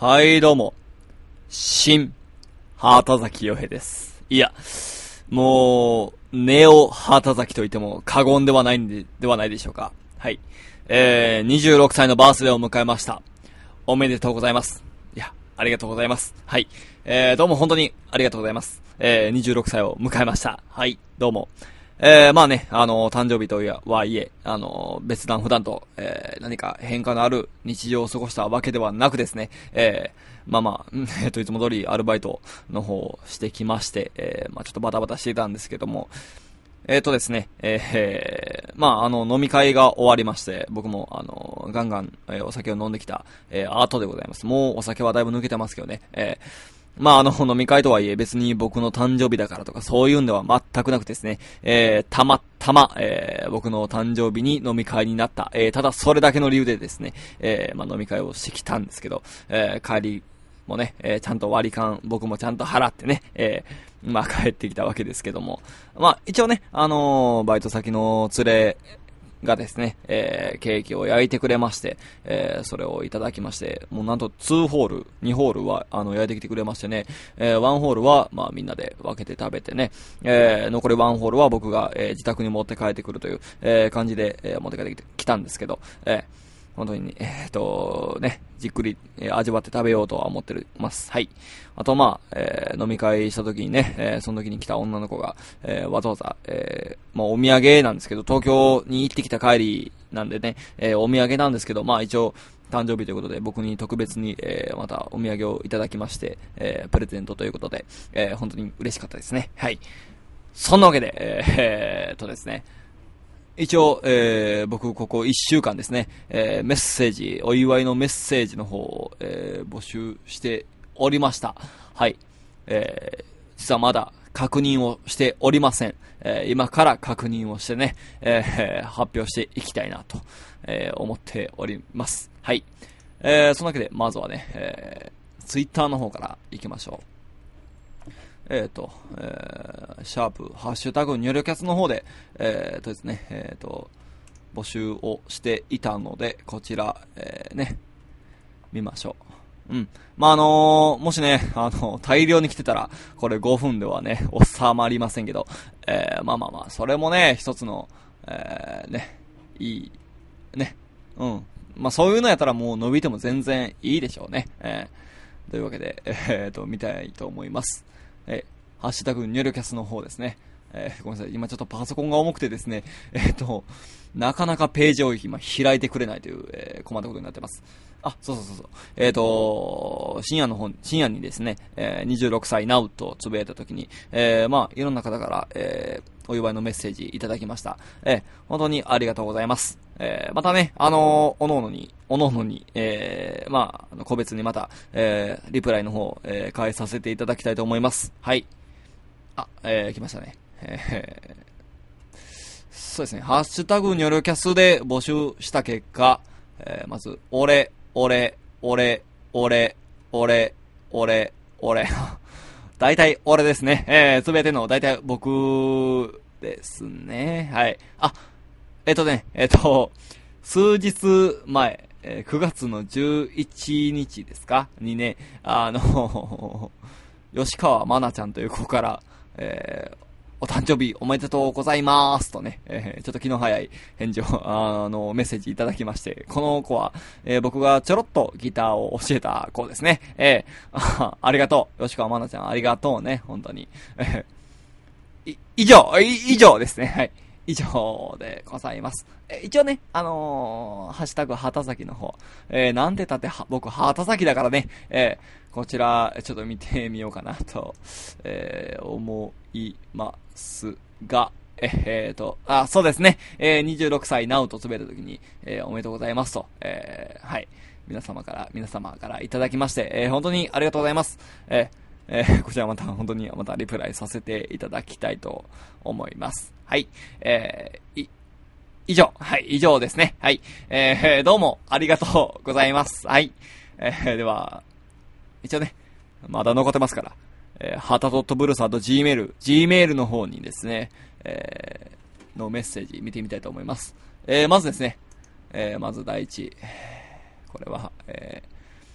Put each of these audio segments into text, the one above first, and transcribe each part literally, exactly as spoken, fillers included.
はい、どうも。新、畑崎よへです。いや、もう、ネオ畑崎と言っても過言ではないんで、ではないでしょうか。はい。えー、にじゅうろくさいのバースデーを迎えました。おめでとうございます。いや、ありがとうございます。はい。えー、どうも本当にありがとうございます。えー、にじゅうろくさいを迎えました。はい、どうも。えー、まあね、あのー、誕生日とはいえ、あのー、別段普段と、えー、何か変化のある日常を過ごしたわけではなくですね、えー、まあまあ、えっと、いつも通りアルバイトの方をしてきまして、えー、まあちょっとバタバタしていたんですけども、えーとですね、えー、まああの、飲み会が終わりまして、僕もあの、ガンガン、えー、お酒を飲んできた、えー、アートでございます。もうお酒はだいぶ抜けてますけどね、えー、まああの、飲み会とはいえ別に僕の誕生日だからとかそういうんでは全くなくですね、えー、たまたま、えー、僕の誕生日に飲み会になった、えー、ただそれだけの理由でですね、えー、まあ飲み会をしてきたんですけど、えー、帰りもね、えー、ちゃんと割り勘、僕もちゃんと払ってね、えー、まあ帰ってきたわけですけども、まあ一応ね、あのー、バイト先の連れ、がですね、えー、ケーキを焼いてくれまして、えー、それをいただきまして、もうなんとにホール、にホールは、あの、焼いてきてくれましてね、えー、いちホールは、まあみんなで分けて食べてね、えー、残りいちホールは僕が、えー、自宅に持って帰ってくるという、えー、感じで、えー、持って帰ってきたんですけど、えー、本当に、えっと、ね、じっくり、えー、味わって食べようとは思ってます。はい。あと、まあ、えー、飲み会した時にね、えー、その時に来た女の子が、えー、わざわざ、えー、まあ、お土産なんですけど、東京に行ってきた帰りなんでね、えー、お土産なんですけど、まあ、一応、誕生日ということで、僕に特別に、えー、またお土産をいただきまして、えー、プレゼントということで、えー、本当に嬉しかったですね。はい。そんなわけで、えー、えー、とですね、一応、えー、僕、ここ一週間ですね、えー、メッセージ、お祝いのメッセージの方を、えー、募集しておりました。はい。えー、実はまだ確認をしておりません。えー、今から確認をしてね、えー、発表していきたいなと、えー、思っております。はい。えー、そのわけで、まずはね、えー、ツイッターの方から行きましょう。えっ、ー、と、えー、シャープ、ハッシュタグ、入力キャスの方で、えーとですね、えっ、ー、と、募集をしていたので、こちら、えー、ね、見ましょう。うん。まあ、あのー、もしね、あの、大量に来てたら、これごふんではね、収まりませんけど、えー、まあまあまあ、それもね、一つの、えー、ね、いい、ね、うん。まあそういうのやったらもう伸びても全然いいでしょうね。えー、というわけで、えーと、見たいと思います。えー、ハッシュタグ入力キャスの方ですね。えー、ごめんなさい。今ちょっとパソコンが重くてですね、えーと、なかなかページを今開いてくれないという、えー、困ったことになってます。あ、そうそうそうそう。えーと、深夜の本、深夜にですね、えー、にじゅうろくさいナウとつぶやいたときに、えー、まあ、いろんな方から、えー、お祝いのメッセージいただきました。えー、本当にありがとうございます。えー、またね、あのー、おのおのに、おのおのに、えー、まあ、個別にまた、えー、リプライの方、えー、返させていただきたいと思います。はい。あ、えー、来ましたね。えー、そうですね、ハッシュタグニョロキャスで募集した結果、えー、まず、俺、俺、俺、俺、俺、俺、俺。大体俺ですね。えー、すべての大体僕ですね。はい。あ、えっとね、えっと、数日前、えー、くがつのじゅういちにちですかにね、あの、吉川まなちゃんという子から、えー、お誕生日おめでとうございますとね、えー、ちょっと気の早い返事を、あの、メッセージいただきまして、この子は、えー、僕がちょろっとギターを教えた子ですね。えー、あ, ありがとう。吉川まなちゃんありがとうね、本当に。えー、以上、以上ですね。はい。以上でございます。え一応ね、あのー、ハッシュタグ、畑崎の方、えー、なんてたっては、僕、畑崎だからね、えー、こちら、ちょっと見てみようかなと、えー、思いますが、ええー、と、あ、そうですね、えー、にじゅうろくさいナウとつぶやいたときに、えー、おめでとうございますと、えー、はい、皆様から、皆様からいただきまして、えー、本当にありがとうございます。えーえー、こちらまた本当にまたリプライさせていただきたいと思います。はい。えー、い、以上。はい、以上ですね。はい。えー、どうもありがとうございます。はい。えー、では、一応ね、まだ残ってますから、えー、はた .brus.gmail、gmail の方にですね、えー、のメッセージ見てみたいと思います。えー、まずですね、えー、まず第一、これは、えー、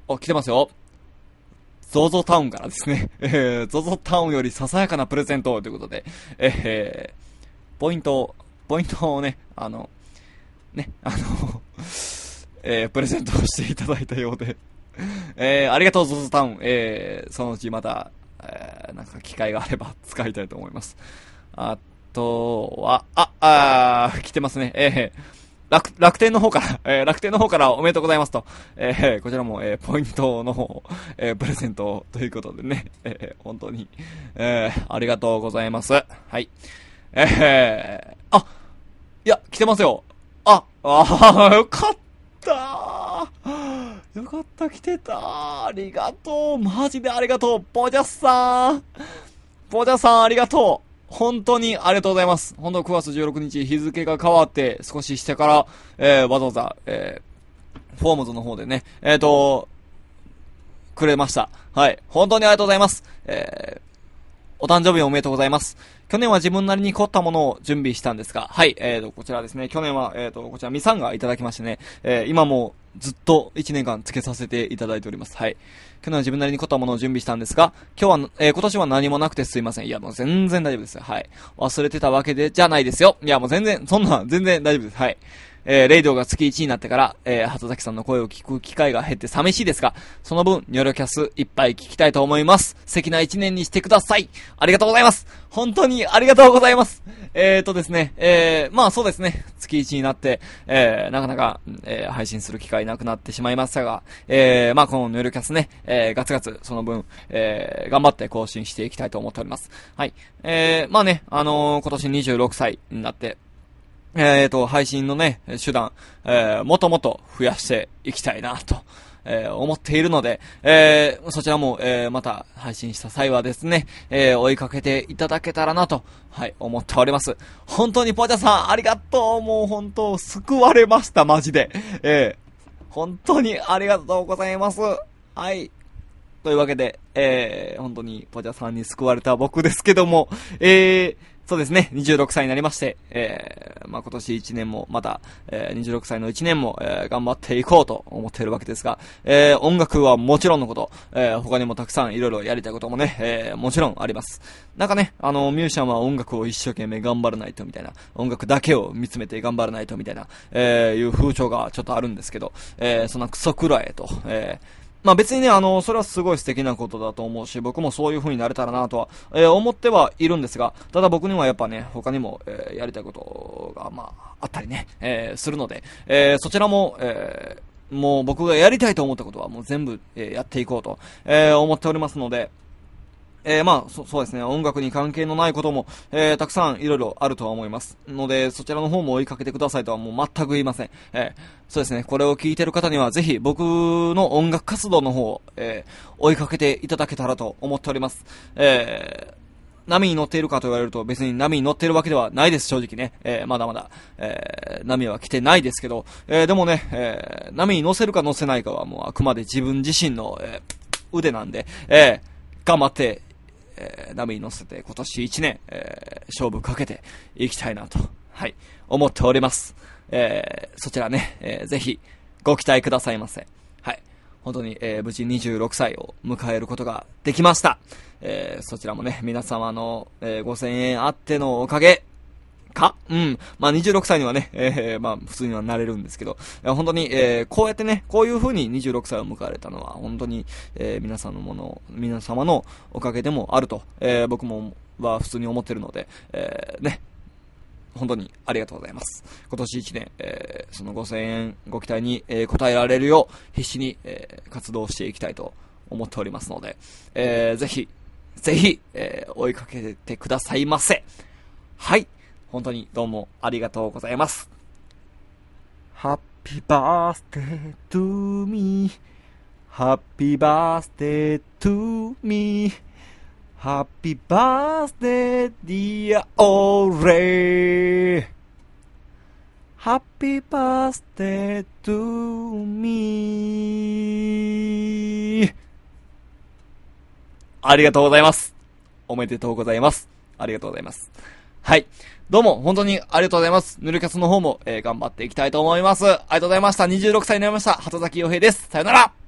お、来てますよ。ゾゾタウンからですね。えー、ゾゾタウンよりささやかなプレゼントということで、えー、ポイントを、ポイントをね、あの、ね、あの、えー、プレゼントをしていただいたようで、えー、ありがとうゾゾタウン、えー、そのうちまた、えー、なんか機会があれば使いたいと思います。あとは、あ、あー、来てますね。えー、楽、楽天の方から、えー、楽天の方からおめでとうございますと。えー、こちらも、えー、ポイントの方、えー、プレゼントということでね、えー、本当に、えー、ありがとうございます。はい。えー、あ、いや、来てますよ。あ、あー、よかったー。よかった、来てたー。ありがとう。マジでありがとう。ポジャスさん。ポジャさん、ありがとう。本当にありがとうございます。本当くがつじゅうろくにち日付が変わって少ししてから、えー、わざわざ、えー、フォームズの方でね、えーと、くれました。はい。本当にありがとうございます。えー、お誕生日おめでとうございます。去年は自分なりに凝ったものを準備したんですが、はい、えーと、こちらですね。去年は、えーと、こちらミサンがいただきましてね、えー、今もずっといちねんかんつけさせていただいております。はい。去年は自分なりに凝ったものを準備したんですが、今日は、えー、今年は何もなくてすいません。いや、もう全然大丈夫ですよ。はい。忘れてたわけで、じゃないですよ。いや、もう全然、そんな、全然大丈夫です。はい。えー、レイドが月いちになってから、えー、鳩崎さんの声を聞く機会が減って寂しいですが、その分、ニョロキャスいっぱい聞きたいと思います。素敵な一年にしてください。ありがとうございます。本当にありがとうございます。えーとですね、えー、まあそうですね、月いちになって、えー、なかなか、えー、配信する機会なくなってしまいましたが、えー、まあこのニョロキャスね、えー、ガツガツ、その分、えー、頑張って更新していきたいと思っております。はい。えー、まあね、あのー、今年にじゅうろくさいになって、えーと、配信のね、手段、えー、もともと増やしていきたいなと、えー、思っているので、えー、そちらも、えー、また配信した際はですね、えー、追いかけていただけたらなと、はい、思っております。本当にポチャさん、ありがとう。もう本当、救われました、マジで。えー、本当にありがとうございます。はい。というわけで、えー、本当にポチャさんに救われた僕ですけども、えー、そうですね、にじゅうろくさいになりまして、えー、まあ、今年いちねんも、また、えー、にじゅうろくさいのいちねんも、えー、頑張っていこうと思っているわけですが、えー、音楽はもちろんのこと、えー、他にもたくさんいろいろやりたいこともね、えー、もちろんあります。なんかね、あの、ミュージシャンは音楽を一生懸命頑張らないとみたいな、音楽だけを見つめて頑張らないとみたいな、えー、いう風潮がちょっとあるんですけど、えー、そんなクソくらえと、えー、まあ別にね、あの、それはすごい素敵なことだと思うし、僕もそういう風になれたらなとは、えー、思ってはいるんですが、ただ僕にはやっぱね、他にも、えー、やりたいことが、まあ、あったりね、えー、するので、えー、そちらも、えー、もう僕がやりたいと思ったことはもう全部、えー、やっていこうと、えー、思っておりますので、えー、まあ、そ、そうですね、音楽に関係のないことも、えー、たくさんいろいろあるとは思います。ので、そちらの方も追いかけてくださいとはもう全く言いません。えー、そうですね、これを聞いてる方にはぜひ僕の音楽活動の方を、えー、追いかけていただけたらと思っております。えー、波に乗っているかと言われると別に波に乗っているわけではないです、正直ね。えー、まだまだ、えー、波は来てないですけど、えー、でもね、えー、波に乗せるか乗せないかはもうあくまで自分自身の、えー、腕なんで、えー、頑張って、えー、波に乗せて今年いちねん、えー、勝負かけていきたいなと、はい、思っております。えー、そちらね、えー、ぜひご期待くださいませ。はい。本当に、えー、無事にじゅうろくさいを迎えることができました。えー、そちらもね、皆様の、えー、ごせんえんあってのおかげ、かうん。まあ、にじゅうろくさいにはね、えー、まあ、普通にはなれるんですけど、本当に、えー、こうやってね、こういう風ににじゅうろくさいを迎えれたのは、本当に、えー、皆さんのもの、皆様のおかげでもあると、えー、僕も、は普通に思ってるので、えー、ね、本当にありがとうございます。今年いちねん、えー、そのごせんえんご期待に、えー、応えられるよう、必死に、えー、活動していきたいと思っておりますので、えー、ぜひ、ぜひ、えー、追いかけてくださいませ。はい。本当にどうもありがとうございます。Happy birthday to me Happy birthday to me Happy birthday dear Ore Happy birthday to me ありがとうございます。おめでとうございます。ありがとうございます。はい。どうも、本当にありがとうございます。ぬるキャスの方も、えー、頑張っていきたいと思います。ありがとうございました。にじゅうろくさいになりました。鳩崎洋平です。さよなら。